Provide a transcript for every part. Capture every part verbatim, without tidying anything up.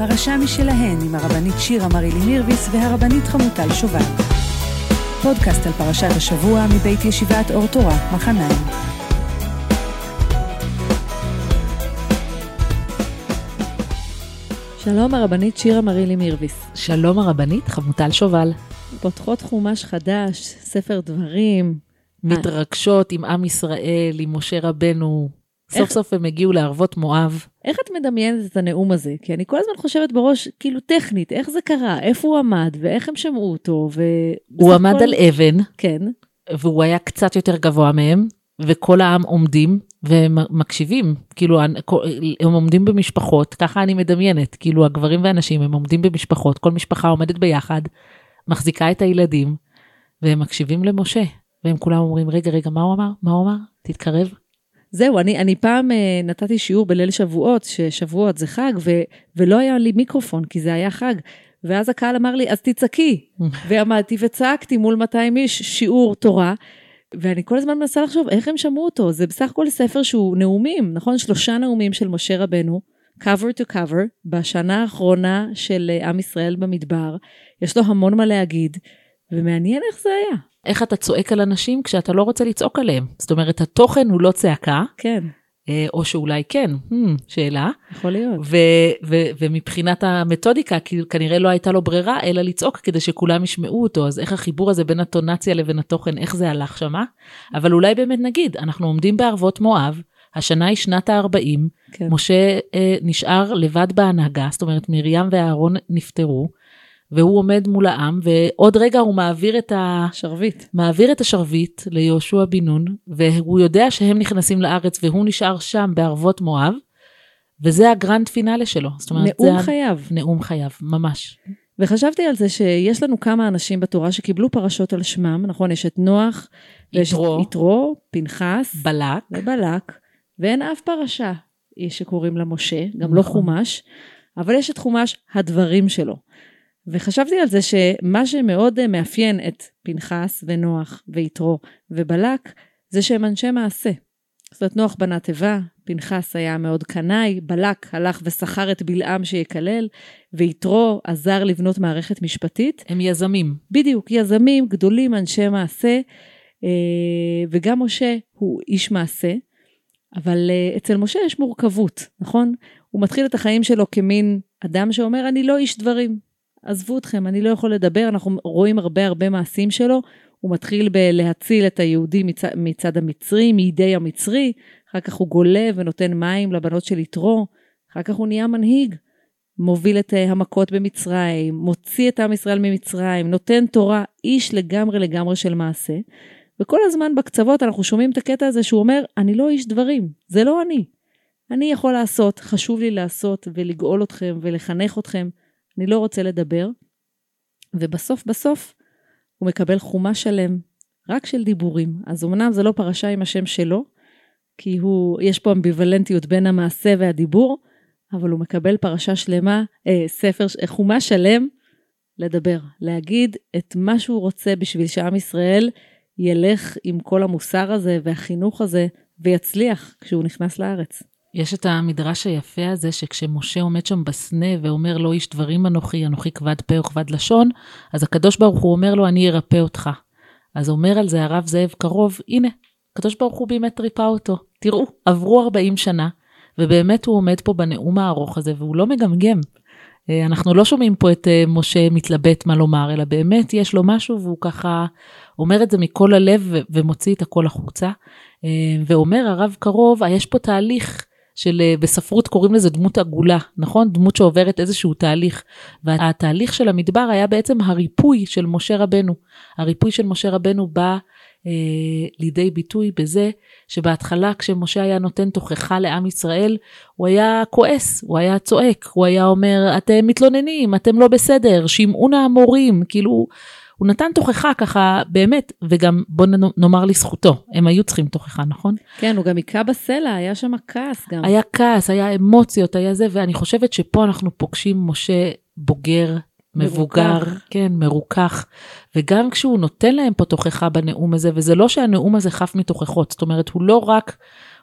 פרשה משלהן עם הרבנית שירה מרילי מירביס והרבנית חמוטל שובל. פודקאסט על פרשת השבוע מבית ישיבת אור תורה, מחניים. שלום הרבנית שירה מרילי מירביס. שלום הרבנית חמוטל שובל. פותחות חומש חדש, ספר דברים. מתרגשות עם עם ישראל, עם משה רבנו. סוף איך... סוף הם הגיעו לערבות מואב. איך את מדמיינת את הנאום הזה? כי אני כל הזמן חושבת בראש, כאילו טכנית, איך זה קרה? איפה הוא עמד? ואיך הם שמעו אותו? ו... הוא עמד כל... על אבן. כן. והוא היה קצת יותר גבוה מהם, וכל העם עומדים ומקשיבים. כאילו, הם עומדים במשפחות, ככה אני מדמיינת. כאילו, הגברים והנשים, הם עומדים במשפחות, כל משפחה עומדת ביחד, מחזיקה את הילדים, והם מקשיבים למשה. והם כולם אומרים, רגע, רגע, מה הוא אמר? מה הוא אמר? תתקרב. זהו, אני, אני פעם uh, נתתי שיעור בליל שבועות, ששבועות זה חג, ו, ולא היה לי מיקרופון, כי זה היה חג. ואז הקהל אמר לי, אז תצעקי. ועמדתי וצעקתי מול מאתיים איש שיעור תורה, ואני כל הזמן מנסה לחשוב, איך הם שמעו אותו? זה בסך הכל ספר שהוא נאומים, נכון? שלושה נאומים של משה רבנו, cover to cover, בשנה האחרונה של עם ישראל במדבר. יש לו המון מה להגיד, ומעניין איך זה היה. איך אתה צועק על אנשים כשאתה לא רוצה לצעוק עליהם? זאת אומרת, התוכן הוא לא צעקה. כן. או שאולי כן, שאלה. יכול להיות. ו- ו- ומבחינת המתודיקה, כנראה לא הייתה לו ברירה, אלא לצעוק כדי שכולם ישמעו אותו. אז איך החיבור הזה בין הטונציה לבין התוכן, איך זה הלך שמה? אבל אולי באמת נגיד, אנחנו עומדים בערבות מואב, השנה היא שנת ה-ארבעים, כן. משה אה, נשאר לבד בהנהגה, זאת אומרת, מרים ואהרון נפטרו, והוא עומד מול העם, ועוד רגע הוא מעביר את השרביט. מעביר את השרביט ליהושע בן נון, והוא יודע שהם נכנסים לארץ, והוא נשאר שם בערבות מואב, וזה הגרנד פינאלה שלו. זאת אומרת, נאום זה חייו. נאום חייו, ממש. וחשבתי על זה שיש לנו כמה אנשים בתורה שקיבלו פרשות על שמם, נכון? יש את נוח, ויש יתרו, את יתרו, פנחס, בלק, ובלק, ואין אף פרשה שקוראים לה משה, גם נכון. לא חומש, אבל יש את חומש הדברים שלו. וחשבתי על זה שמה שמאוד מאפיין את פנחס ונוח ויתרו ובלק, זה שהם אנשי מעשה. זאת אומרת, נוח בנה תיבה, פנחס היה מאוד קנאי, בלק הלך ושכר את בלעם שיקלל, ויתרו עזר לבנות מערכת משפטית. הם יזמים. בדיוק, יזמים, גדולים, אנשי מעשה, וגם משה הוא איש מעשה, אבל אצל משה יש מורכבות, נכון? הוא מתחיל את החיים שלו כמין אדם שאומר, אני לא איש דברים. עזבו אתכם, אני לא יכול לדבר, אנחנו רואים הרבה הרבה מעשים שלו, הוא מתחיל בלהציל את היהודי מצד, מצד המצרי, מידי המצרי, אחר כך הוא גולה ונותן מים לבנות של יתרו, אחר כך הוא נהיה מנהיג, מוביל את המכות במצרים, מוציא את עם ישראל ממצרים, נותן תורה, איש לגמרי לגמרי של מעשה, וכל הזמן בקצוות אנחנו שומעים את הקטע הזה שהוא אומר, אני לא איש דברים, זה לא אני, אני יכול לעשות, חשוב לי לעשות ולגאול אתכם ולחנך אתכם, אני לא רוצה לדבר, ובסוף בסוף הוא מקבל חומה שלם, רק של דיבורים. אז אמנם זה לא פרשה עם השם שלו, כי הוא, יש פה אמביוולנטיות בין המעשה והדיבור, אבל הוא מקבל פרשה שלמה, אה, ספר, חומה שלם, לדבר, להגיד את מה שהוא רוצה בשביל שעם ישראל ילך עם כל המוסר הזה והחינוך הזה, ויצליח כשהוא נכנס לארץ. יש את המדרש היפה הזה, שכשמשה עומד שם בסנה, ואומר לו, איש דברים אנוכי, אנוכי כבד פה וכבד לשון, אז הקדוש ברוך הוא אומר לו, אני ארפא אותך. אז אומר על זה הרב זאב קרוב, הנה, הקדוש ברוך הוא באמת ריפא אותו. תראו, עברו ארבעים שנה, ובאמת הוא עומד פה בנאום הארוך הזה, והוא לא מגמגם. אנחנו לא שומעים פה את משה מתלבט מה לומר, אלא באמת יש לו משהו, והוא ככה אומר את זה מכל הלב, ומוציא את הכל החוצה. ואומר הרב קרוב, יש פה תהליך, של בספרות קוראים לזה דמות עגולה, נכון? דמות שעוברת איזשהו תהליך, והתהליך של המדבר היה בעצם הריפוי של משה רבנו. הריפוי של משה רבנו בא אה, לידי ביטוי בזה, שבהתחלה כשמשה היה נותן תוכחה לעם ישראל, הוא היה כועס, הוא היה צועק, הוא היה אומר, אתם מתלוננים, אתם לא בסדר, שמעו נא המורים, כאילו, הוא נתן תוכחה ככה באמת, וגם בוא נאמר לזכותו, הם היו צריכים תוכחה, נכון? כן, הוא גם עיקה בסלע, היה שם כעס גם. היה כעס, היה אמוציות, היה זה, ואני חושבת שפה אנחנו פוגשים משה בוגר, מבוגר, מרוכח. כן, מרוכח, וגם כשהוא נותן להם פה תוכחה בנאום הזה, וזה לא שהנאום הזה חף מתוכחות, זאת אומרת, הוא לא רק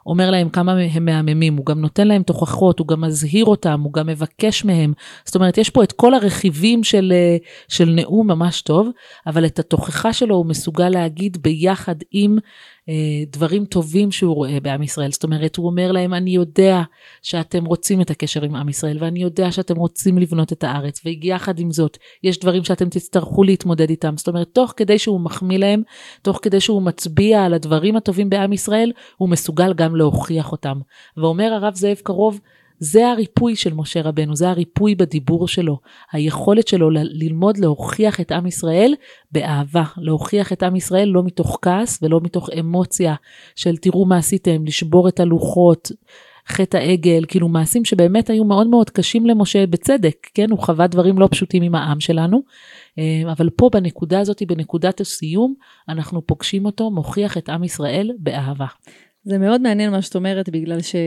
אומר להם כמה הם מהממים, הוא גם נותן להם תוכחות, הוא גם מזהיר אותם, הוא גם מבקש מהם. זאת אומרת, יש פה את כל הרכיבים של, של נאום ממש טוב, אבל את התוכחה שלו הוא מסוגל להגיד ביחד עם דברים טובים שהוא רואה בעם ישראל. זאת אומרת, הוא אומר להם, אני יודע שאתם רוצים את הקשר עם עם ישראל, ואני יודע שאתם רוצים לבנות את הארץ, ויחד עם זאת, יש דברים שאתם תצטרכו להתמודד איתם. זאת אומרת, תוך כדי שהוא מחמיא להם, תוך כדי שהוא מצביע על הדברים הטובים בעם ישראל, הוא מסוגל גם להוכיח אותם. ואומר הרב זאב קרוב, זה הריפוי של משה רבנו, זה הריפוי בדיבור שלו, היכולת שלו ל- ללמוד להוכיח את עם ישראל באהבה, להוכיח את עם ישראל לא מתוך כעס ולא מתוך אמוציה של תראו מה עשיתם, לשבור את הלוחות, חטא העגל, כאילו מעשים שבאמת היו מאוד מאוד קשים למשה בצדק, כן, הוא חווה דברים לא פשוטים עם העם שלנו, אבל פה בנקודה הזאת, בנקודת הסיום, אנחנו פוגשים אותו, מוכיח את עם ישראל באהבה. זה מאוד מעניין מה שאת אומרת, בגלל ש...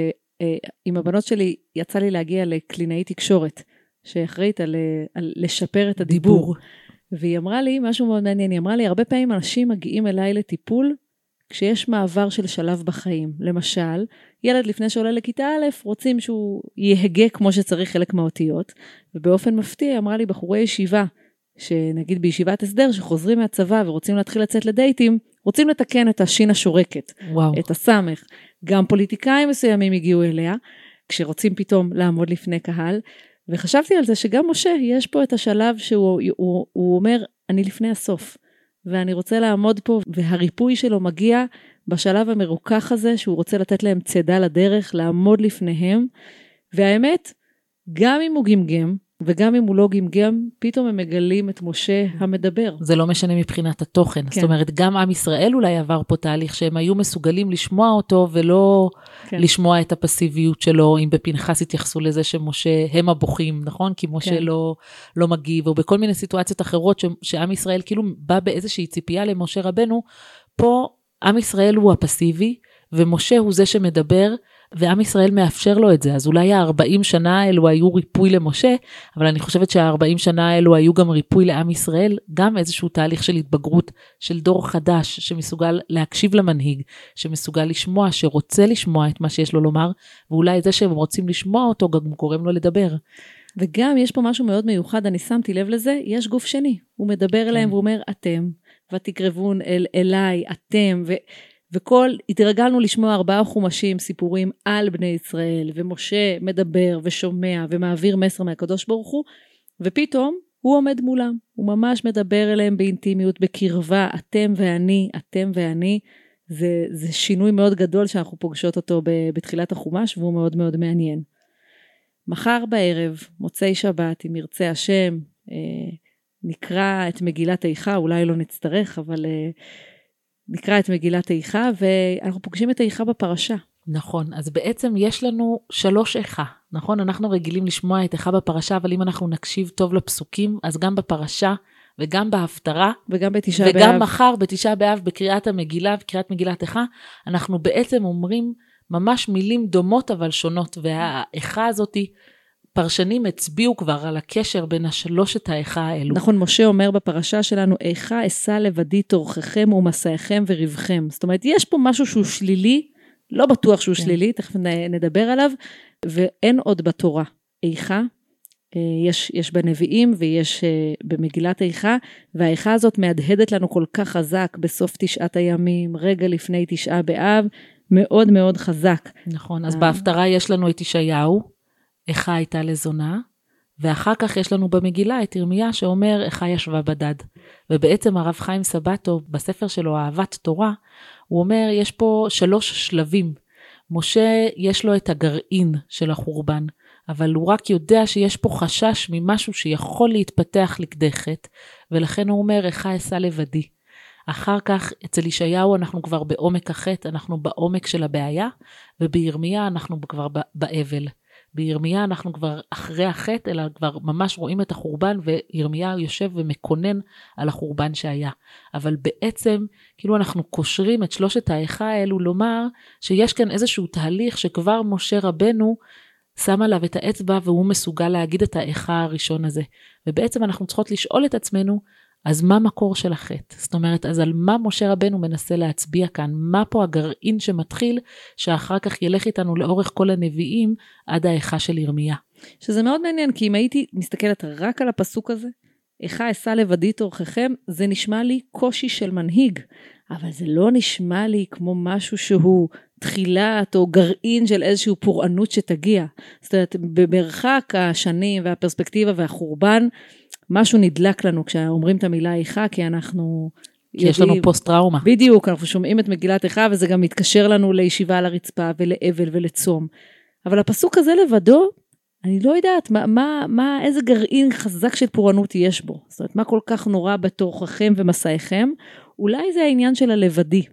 עם הבנות שלי יצא לי להגיע לקלינאי תקשורת, שאחראית על, על לשפר את הדיבור. דיבור. והיא אמרה לי, משהו מאוד מעניין, היא אמרה לי, הרבה פעמים אנשים מגיעים אליי לטיפול, כשיש מעבר של שלב בחיים. למשל, ילד לפני שעולה לכיתה א', רוצים שהוא יהגה כמו שצריך חלק מהאותיות, ובאופן מפתיע, היא אמרה לי, בחורי ישיבה, שנגיד בישיבת הסדר, שחוזרים מהצבא ורוצים להתחיל לצאת לדייטים, רוצים לתקן את השין השורקת, וואו. את הסמך. גם פוליטיקאים מסוימים הגיעו אליה, כשרוצים פתאום לעמוד לפני קהל, וחשבתי על זה שגם משה, יש פה את השלב שהוא הוא, הוא אומר, אני לפני הסוף, ואני רוצה לעמוד פה, והריפוי שלו מגיע בשלב המרוכך הזה, שהוא רוצה לתת להם צדה לדרך, לעמוד לפניהם, והאמת, גם אם הוא גמגם, וגם אם הוא לא גמגם, פתאום הם מגלים את משה המדבר. זה לא משנה מבחינת התוכן. כן. זאת אומרת, גם עם ישראל אולי עבר פה תהליך שהם היו מסוגלים לשמוע אותו, ולא כן. לשמוע את הפסיביות שלו, אם בפנחס התייחסו לזה שמשה הם הבוכים, נכון? כי משה כן. לא, לא מגיב, או בכל מיני סיטואציות אחרות, ש, שעם ישראל כאילו בא באיזושהי ציפייה למשה רבנו, פה עם ישראל הוא הפסיבי, ומשה הוא זה שמדבר, ועם ישראל מאפשר לו את זה, אז אולי ה-ארבעים שנה האלו היו ריפוי למשה, אבל אני חושבת שה-ארבעים שנה האלו היו גם ריפוי לעם ישראל, גם איזשהו תהליך של התבגרות, של דור חדש, שמסוגל להקשיב למנהיג, שמסוגל לשמוע, שרוצה לשמוע את מה שיש לו לומר, ואולי זה שהם רוצים לשמוע אותו, גם גורם לו לדבר. וגם יש פה משהו מאוד מיוחד, אני שמתי לב לזה, יש גוף שני, הוא מדבר אליהם כן. ואומר, אתם, ותקרבון אל, אליי, אתם, ו... וכל, התרגלנו לשמוע ארבעה חומשים, סיפורים על בני ישראל, ומשה מדבר ושומע ומעביר מסר מהקדוש ברוך הוא, ופתאום הוא עומד מולם, הוא ממש מדבר אליהם באינטימיות, בקרבה, אתם ואני, אתם ואני, זה, זה שינוי מאוד גדול שאנחנו פוגשות אותו בתחילת החומש, והוא מאוד מאוד מעניין. מחר בערב, מוצאי שבת, אם ירצה השם, נקרא את מגילת איכה, אולי לא נצטרך, אבל... נקרא את מגילת איכה, ואנחנו פוגשים את איכה בפרשה. נכון, אז בעצם יש לנו שלוש איכה, נכון? אנחנו רגילים לשמוע את איכה בפרשה, אבל אם אנחנו נקשיב טוב לפסוקים, אז גם בפרשה, וגם בהפטרה, וגם בתשעה באב. וגם מחר בתשעה באב, בקריאת המגילה, בקריאת מגילת איכה, אנחנו בעצם אומרים ממש מילים דומות, אבל שונות, והאיכה הזאת היא, פרשנים הצביעו כבר על הקשר בין השלושת האיכה האלו. נכון, משה אומר בפרשה שלנו, איכה אשא לבדי תורככם ומסעיכם וריבכם. זאת אומרת, יש פה משהו שהוא שלילי, לא בטוח שהוא כן. שלילי, תכף נדבר עליו, ואין עוד בתורה. איכה, יש, יש בנביאים ויש במגילת איכה, והאיכה הזאת מהדהדת לנו כל כך חזק בסוף תשעת הימים, רגע לפני תשעה באב, מאוד מאוד חזק. נכון, אז בהפטרה יש לנו את ישעיהו, איכה הייתה לזונה, ואחר כך יש לנו במגילה את ירמיה שאומר איכה ישבה בדד. ובעצם הרב חיים סבתו בספר שלו אהבת תורה, הוא אומר יש פה שלוש שלבים. משה יש לו את הגרעין של החורבן, אבל הוא רק יודע שיש פה חשש ממשהו שיכול להתפתח לכדי חטא, ולכן הוא אומר איכה אשא לבדי. אחר כך אצל ישעיהו אנחנו כבר בעומק החטא, אנחנו בעומק של הבעיה, ובירמיה אנחנו כבר באבל. בירמיה אנחנו כבר אחרי החטא, אלא כבר ממש רואים את החורבן, וירמיה יושב ומקונן על החורבן שהיה. אבל בעצם, כאילו אנחנו קושרים את שלושת האיכה האלו לומר, שיש כאן איזשהו תהליך שכבר משה רבנו שם עליו את האצבע, והוא מסוגל להגיד את האיכה הראשון הזה. ובעצם אנחנו צריכות לשאול את עצמנו, אז מה מקור של החטא? זאת אומרת, אז על מה משה רבנו מנסה להצביע כאן? מה פה הגרעין שמתחיל, שאחר כך ילך איתנו לאורך כל הנביאים, עד האיכה של ירמיה? שזה מאוד מעניין, כי אם הייתי מסתכלת רק על הפסוק הזה, איכה אשא לבדי תורככם, זה נשמע לי קושי של מנהיג, אבל זה לא נשמע לי כמו משהו שהוא תחילת או גרעין של איזושהי פורענות שתגיע. זאת אומרת, במרחק השנים והפרספקטיבה והחורבן, משהו נדלק לנו כשאומרים את המילה איכה, כי אנחנו כי יש לנו פוסט טראומה. בדיוק, אנחנו שומעים את מגילת איכה, וזה גם מתקשר לנו לישיבה על הרצפה ולאבל ולצום. אבל הפסוק הזה לבדו, אני לא יודעת מה, מה, מה, איזה גרעין חזק של פורענות יש בו. זאת אומרת, מה כל כך נורא בתוככם ומסעיכם? אולי זה העניין של הלבדי.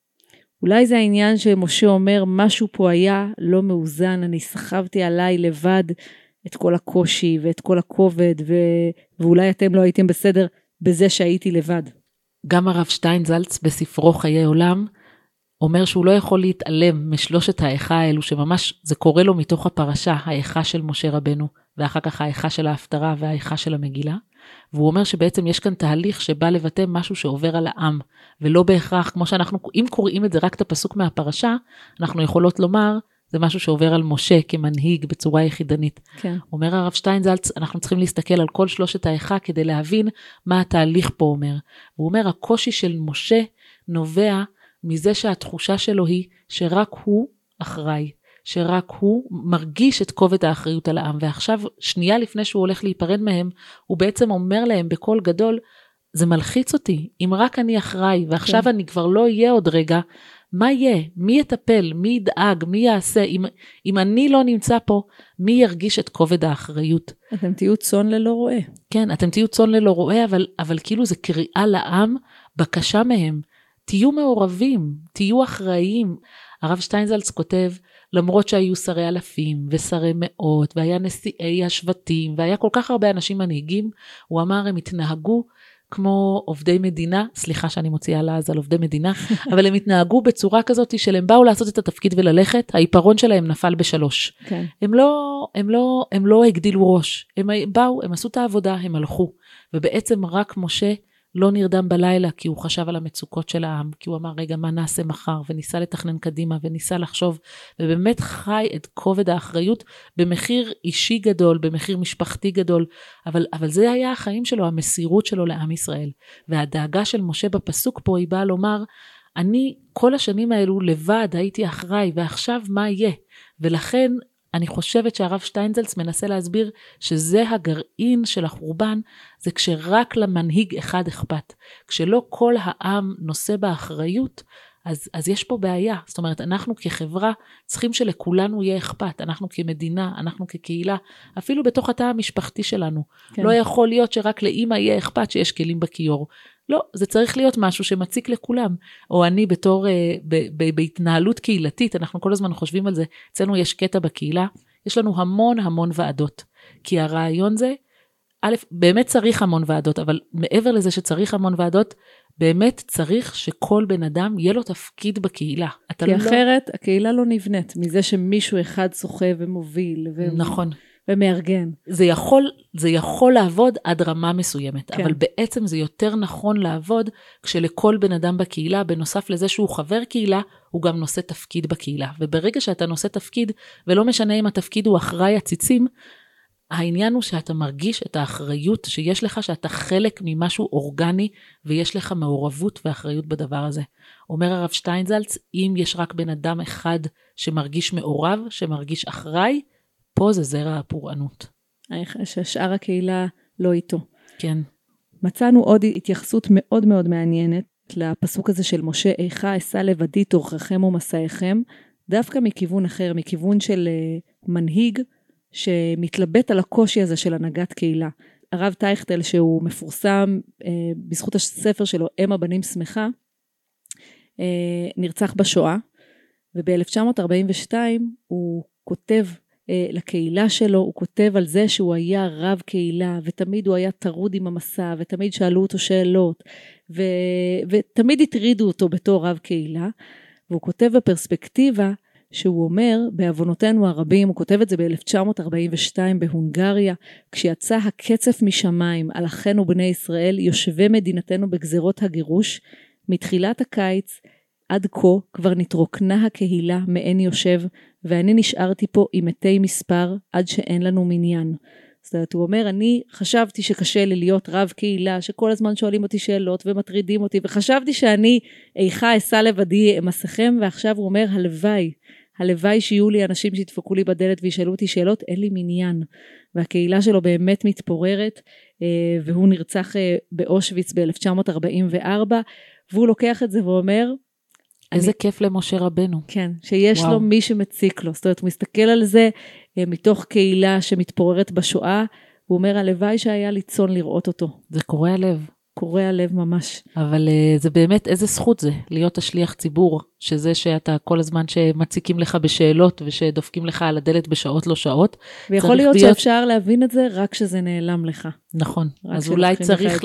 אולי זה העניין שמשה אומר, משהו פה היה לא מאוזן, אני סחבתי עליי לבד את כל הקושי ואת כל הכובד, ו... ואולי אתם לא הייתם בסדר בזה שהייתי לבד. גם הרב שטיינזלץ בספרו חיי עולם, אומר שהוא לא יכול להתעלם משלושת האיכה האלו, שממש זה קורה לו מתוך הפרשה, האיכה של משה רבנו, ואחר כך האיכה של ההפטרה והאיכה של המגילה, והוא אומר שבעצם יש כאן תהליך שבא לבטא משהו שעובר על העם, ולא בהכרח, כמו שאנחנו, אם קוראים את זה רק את הפסוק מהפרשה, אנחנו יכולות לומר, זה משהו שעובר על משה כמנהיג בצורה יחידנית. כן. אומר הרב שטיינזלץ, אנחנו צריכים להסתכל על כל שלושת האיכה, כדי להבין מה התהליך פה אומר. הוא אומר, הקושי של משה נובע מזה שהתחושה שלו היא שרק הוא אחראי, שרק הוא מרגיש את כובד האחריות על העם, ועכשיו שנייה לפני שהוא הולך להיפרד מהם, הוא בעצם אומר להם בקול גדול, זה מלחיץ אותי, אם רק אני אחראי, ועכשיו כן. אני כבר לא אהיה עוד רגע, מה יהיה? מי יטפל? מי ידאג? מי יעשה? אם, אם אני לא נמצא פה, מי ירגיש את כובד האחריות? אתם תהיו צאן ללא רועה. כן, אתם תהיו צאן ללא רועה, אבל, אבל כאילו זה קריאה לעם, בקשה מהם, תהיו מעורבים, תהיו אחראיים. הרב שטיינזלץ כותב, למרות שהיו שרי אלפים ושרי מאות, והיה נשיאי השבטים, והיה כל כך הרבה אנשים מנהיגים, הוא אמר, הם התנהגו כמו עובדי מדינה, סליחה שאני מוציאה לעז על עובדי מדינה, אבל הם התנהגו בצורה כזאת של הם באו לעשות את התפקיד וללכת, העיפרון שלהם נפל בשלוש. כן. הם לא, הם לא, הם לא הגדילו ראש, הם באו, הם עשו את העבודה, הם הלכו, ובעצם רק משה לא נרדם בלילה, כי הוא חשב על המצוקות של העם, כי הוא אמר, רגע, מה נעשה מחר, וניסה לתכנן קדימה, וניסה לחשוב, ובאמת חי את כובד האחריות, במחיר אישי גדול, במחיר משפחתי גדול, אבל, אבל זה היה החיים שלו, המסירות שלו לעם ישראל, והדאגה של משה בפסוק פה, היא באה לומר, אני כל השנים האלו לבד הייתי אחראי, ועכשיו מה יהיה? ולכן, אני חושבת שהרב שטיינזלץ מנסה להסביר שזה הגרעין של החורבן, זה כשרק למנהיג אחד אכפת. כשלא כל העם נושא באחריות, אז, אז יש פה בעיה. זאת אומרת, אנחנו כחברה צריכים שלכולנו יהיה אכפת. אנחנו כמדינה, אנחנו כקהילה, אפילו בתוך התא המשפחתי שלנו. כן. לא יכול להיות שרק לאמא יהיה אכפת שיש כלים בכיור. לא, זה צריך להיות משהו שמציק לכולם. או אני בתור, ב, ב, בהתנהלות קהילתית, אנחנו כל הזמן חושבים על זה, אצלנו יש קטע בקהילה, יש לנו המון המון ועדות. כי הרעיון זה, א', באמת צריך המון ועדות, אבל מעבר לזה שצריך המון ועדות, באמת צריך שכל בן אדם יהיה לו תפקיד בקהילה. כי לא... אחרת הקהילה לא נבנית, מזה שמישהו אחד שוחה ומוביל. ו... נכון. ומארגן. זה יכול, זה יכול לעבוד עד רמה מסוימת, כן. אבל בעצם זה יותר נכון לעבוד, כשלכל בן אדם בקהילה, בנוסף לזה שהוא חבר קהילה, הוא גם נושא תפקיד בקהילה. וברגע שאתה נושא תפקיד, ולא משנה אם התפקיד הוא אחראי הציצים, העניין הוא שאתה מרגיש את האחריות שיש לך, שאתה חלק ממשהו אורגני, ויש לך מעורבות ואחריות בדבר הזה. אומר הרב שטיינזלץ, אם יש רק בן אדם אחד שמרגיש מעורב, שמרגיש אחראי, פה זה זרע הפורענות. ששאר הקהילה לא איתו. כן. מצאנו עוד התייחסות מאוד מאוד מעניינת, לפסוק הזה של משה, איכה אשא לבדי תורככם ומסעיכם, דווקא מכיוון אחר, מכיוון של מנהיג, שמתלבט על הקושי הזה של הנהגת קהילה. הרב טייכטל, שהוא מפורסם אה, בזכות הספר שלו, אם הבנים שמחה, אה, נרצח בשואה, וב-אלף תשע מאות ארבעים ושתיים הוא כותב אה, לקהילה שלו, הוא כותב על זה שהוא היה רב קהילה, ותמיד הוא היה טרוד עם המסע, ותמיד שאלו אותו שאלות, ו, ותמיד הטרידו אותו בתור רב קהילה, והוא כותב בפרספקטיבה, שהוא אומר, בעוונותינו הרבים, הוא כותב את זה ב-אלף תשע מאות ארבעים ושתיים בהונגריה, כשיצא הקצף משמיים על אחינו בני ישראל, יושבי מדינתנו בגזרות הגירוש, מתחילת הקיץ עד כה כבר נתרוקנה הקהילה מעין יושב, ואני נשארתי פה עם מתי מספר עד שאין לנו מניין. זאת אומרת, הוא אומר, אני חשבתי שקשה לי להיות רב קהילה, שכל הזמן שואלים אותי שאלות ומטרידים אותי, וחשבתי שאני איכה אסע לבדי אמסכם, ועכשיו הוא אומר, הלוואי, הלוואי שיהיו לי אנשים שידפקו לי בדלת וישאלו אותי שאלות, אין לי מניין. והקהילה שלו באמת מתפוררת, והוא נרצח באושוויץ ב-אלף תשע מאות ארבעים וארבע, והוא לוקח את זה ואומר, איזה אני... כיף למשה רבנו. כן, שיש וואו. לו מי שמציק לו. זאת אומרת, הוא מסתכל על זה מתוך קהילה שמתפוררת בשואה, הוא אומר, הלוואי שהיה לי צאן לראות אותו. זה קורע הלב. קורע הלב ממש. אבל uh, זה באמת, איזה זכות זה, להיות השליח ציבור, שזה שאתה כל הזמן שמציקים לך בשאלות, ושדופקים לך על הדלת בשעות לא שעות. ויכול להיות להיות שאפשר להבין את זה, רק שזה נעלם לך. נכון, אז אולי צריך...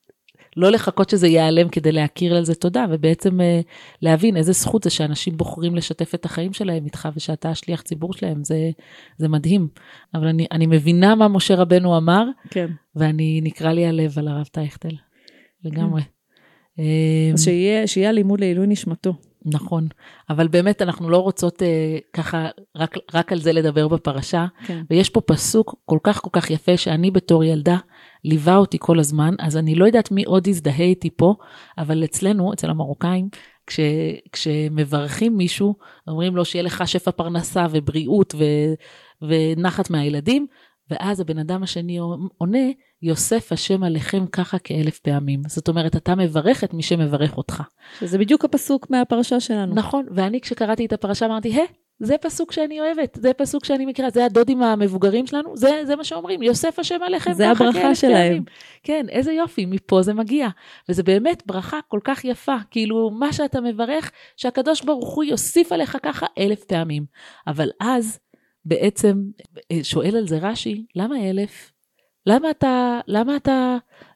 לא לחכות שזה ייעלם כדי להכיר על זה תודה, ובעצם uh, להבין איזה זכות זה שאנשים בוחרים לשתף את החיים שלהם איתך, ושאתה השליח ציבור שלהם, זה, זה מדהים. אבל אני, אני מבינה מה משה רבנו אמר, כן. ואני נקרא לי הלב על הרב טייכטל, לגמרי. כן. אז שיהיה, שיהיה לימוד לעילוי נשמתו. נכון, אבל באמת אנחנו לא רוצות אה, ככה רק, רק על זה לדבר בפרשה, כן. ויש פה פסוק כל כך כל כך יפה שאני בתור ילדה ליווה אותי כל הזמן, אז אני לא יודעת מי עוד יזדהה איתי פה, אבל אצלנו, אצל המרוקאים, כש, כשמברכים מישהו, אומרים לו שיהיה לך שפע פרנסה ובריאות ו, ונחת מהילדים, ואז הבן אדם השני עונה, יוסף השם עליכם ככה כאלף פעמים. זאת אומרת, אתה מברך את מי שמברך אותך. שזה בדיוק הפסוק מהפרשה שלנו. נכון, ואני כשקראתי את הפרשה אמרתי, היי, זה פסוק שאני אוהבת, זה פסוק שאני מכירה, זה הדודים המבוגרים שלנו, זה, זה מה שאומרים, יוסף השם עליכם זה ככה הברכה שלהם. פעמים. כן, איזה יופי, מפה זה מגיע. וזה באמת ברכה כל כך יפה, כאילו מה שאתה מברך, שהקדוש ברוך הוא יוסיף עליך ככה אלף פעמים. אבל אז בעצם שואל על זה רש"י, למה אלף? למה אתה, למה אתה...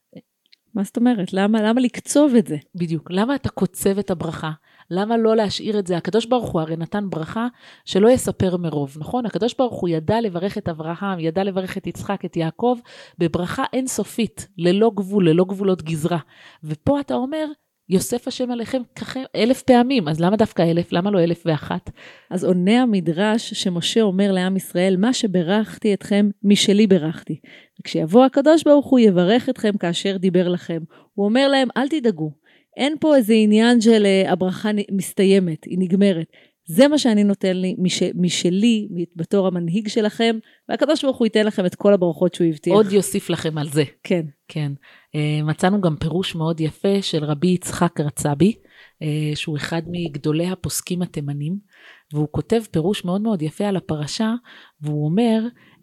מה זאת אומרת? למה, למה לקצוב את זה? בדיוק, למה אתה קוצב את הברכה? למה לא להשאיר את זה? הקדוש ברוך הוא הרי נתן ברכה שלא יספר מרוב, נכון? הקדוש ברוך הוא ידע לברך את אברהם, ידע לברך את יצחק, את יעקב, בברכה אינסופית, ללא גבול, ללא גבולות גזרה. ופה אתה אומר, יוסף השם עליכם ככה אלף פעמים, אז למה דווקא אלף? למה לא אלף ואחת? אז עונה המדרש שמשה אומר לעם ישראל, מה שברכתי אתכם, משלי ברכתי. וכשיבוא הקדוש ברוך הוא יברך אתכם כאשר דיבר לכם. הוא אומר להם, אל תדאגו, אין פה איזה עניין של הברכה מסתיימת, היא נגמרת. זה מה שאני נותן לי מש, משלי, בתור המנהיג שלכם, והקדוש ברוך הוא ייתן לכם את כל הברכות שהוא הבטיח. עוד יוסיף לכם על זה. כן. כן. מצאנו גם פירוש מאוד יפה של רבי יצחק רצבי, שהוא אחד מגדולי הפוסקים התימנים, והוא כותב פירוש מאוד מאוד יפה על הפרשה, והוא אומר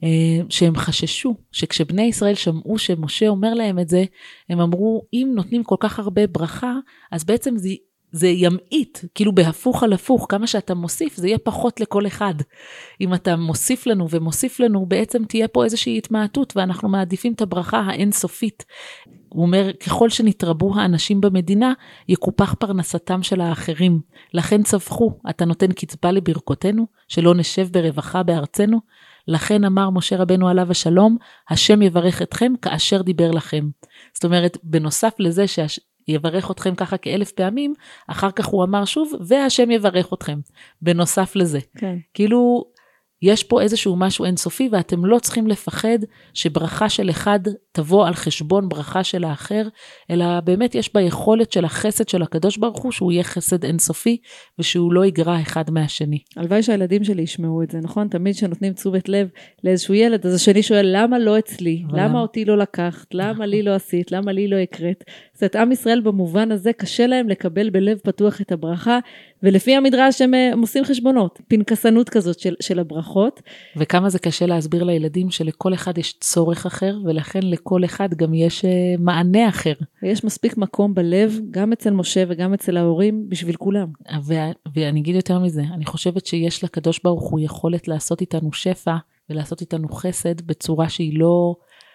שהם חששו, שכשבני ישראל שמעו שמשה אומר להם את זה, הם אמרו, אם נותנים כל כך הרבה ברכה, אז בעצם זה... זה ימעיט, כאילו בהפוך על הפוך, כמה שאתה מוסיף, זה יהיה פחות לכל אחד. אם אתה מוסיף לנו ומוסיף לנו, בעצם תהיה פה איזושהי התמעטות, ואנחנו מעדיפים את הברכה האינסופית. הוא אומר, ככל שנתרבו האנשים במדינה, יקופח פרנסתם של האחרים. לכן צווחו, אתה נותן קצבה לברכותינו, שלא נשב ברווחה בארצנו. לכן אמר משה רבנו עליו השלום, השם יברך אתכם כאשר דיבר לכם. זאת אומרת, בנוסף לזה שהש... יברך אתכם ככה כאלף פעמים, אחר כך הוא אמר שוב, והשם יברך אתכם, בנוסף לזה. כן. כאילו, יש פה איזשהו משהו אינסופי, ואתם לא צריכים לפחד שברכה של אחד תבוא על חשבון ברכה של האחר, אלא באמת יש בה יכולת של החסד של הקדוש ברוך הוא, שהוא יהיה חסד אינסופי, ושהוא לא יגרע אחד מהשני. הלוואי שהילדים שלי ישמעו את זה, נכון? תמיד שנותנים תשומת לב לאיזשהו ילד, אז השני שואל, למה לא אצלי? למה אותי לא לקחת? למה לי לא עשית? למה לי לא הקראת? זאת אומרת, עם ישראל במובן הזה, קשה להם לקבל בלב פתוח את הברכה, ולפי המדרש הם, הם עושים חשבונות, פנקסנות כזאת של, של הברכות. וכמה זה קשה להסביר לילדים שלכל אחד יש צורך אחר, ולכן לכל אחד גם יש מענה אחר. ויש מספיק מקום בלב, גם אצל משה וגם אצל ההורים, בשביל כולם. ו- ואני אגיד יותר מזה, אני חושבת שיש לקדוש ברוך הוא יכולת לעשות איתנו שפע, ולעשות איתנו חסד בצורה שהיא לא,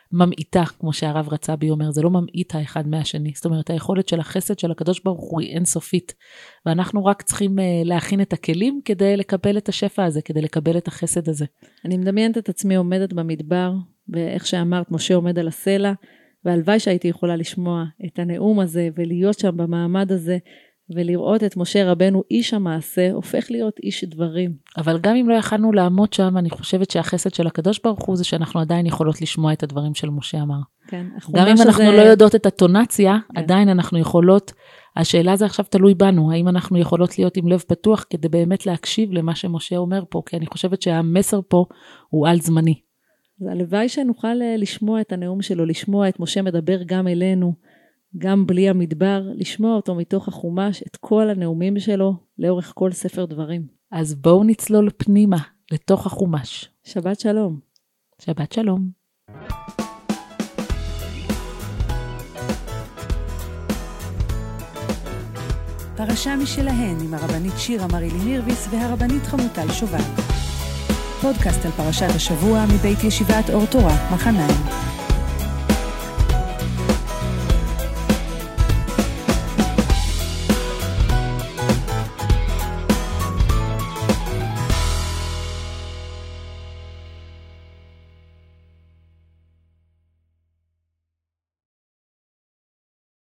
ממעיטה, כמו שהרב רצה בי אומר, זה לא ממעיט האחד מהשני. זאת אומרת, היכולת של החסד של הקדוש ברוך הוא היא אינסופית, ואנחנו רק צריכים להכין את הכלים כדי לקבל את השפע הזה, כדי לקבל את החסד הזה. אני מדמיינת את עצמי עומדת במדבר, ואיך שאמרת, משה עומד על הסלע, והלוואי שהייתי יכולה לשמוע את הנאום הזה, ולהיות שם במעמד הזה, ולראות את משה רבנו איש המעשה, הופך להיות איש דברים. אבל גם אם לא יכלנו לעמוד שם, אני חושבת שהחסד של הקדוש ברוך הוא, זה שאנחנו עדיין יכולות לשמוע את הדברים של משה אמר. כן, גם אם אנחנו הזה... לא יודעות את הטונציה, כן. עדיין אנחנו יכולות, השאלה זה עכשיו תלוי בנו, האם אנחנו יכולות להיות עם לב פתוח, כדי באמת להקשיב למה שמשה אומר פה, כי אני חושבת שהמסר פה הוא על זמני. אז הלוואי שנוכל לשמוע את הנאום שלו, לשמוע את משה מדבר גם אלינו, גם בלי המדבר, לשמוע אותו מתוך החומש, את כל הנאומים שלו, לאורך כל ספר דברים. אז בואו נצלול פנימה, לתוך החומש. שבת שלום. שבת שלום. פרשה משלהן עם הרבנית שירה מרילי מירביס והרבנית חמוטל שובל. פודקאסט על פרשת השבוע מבית ישיבת אור תורה, מחניים.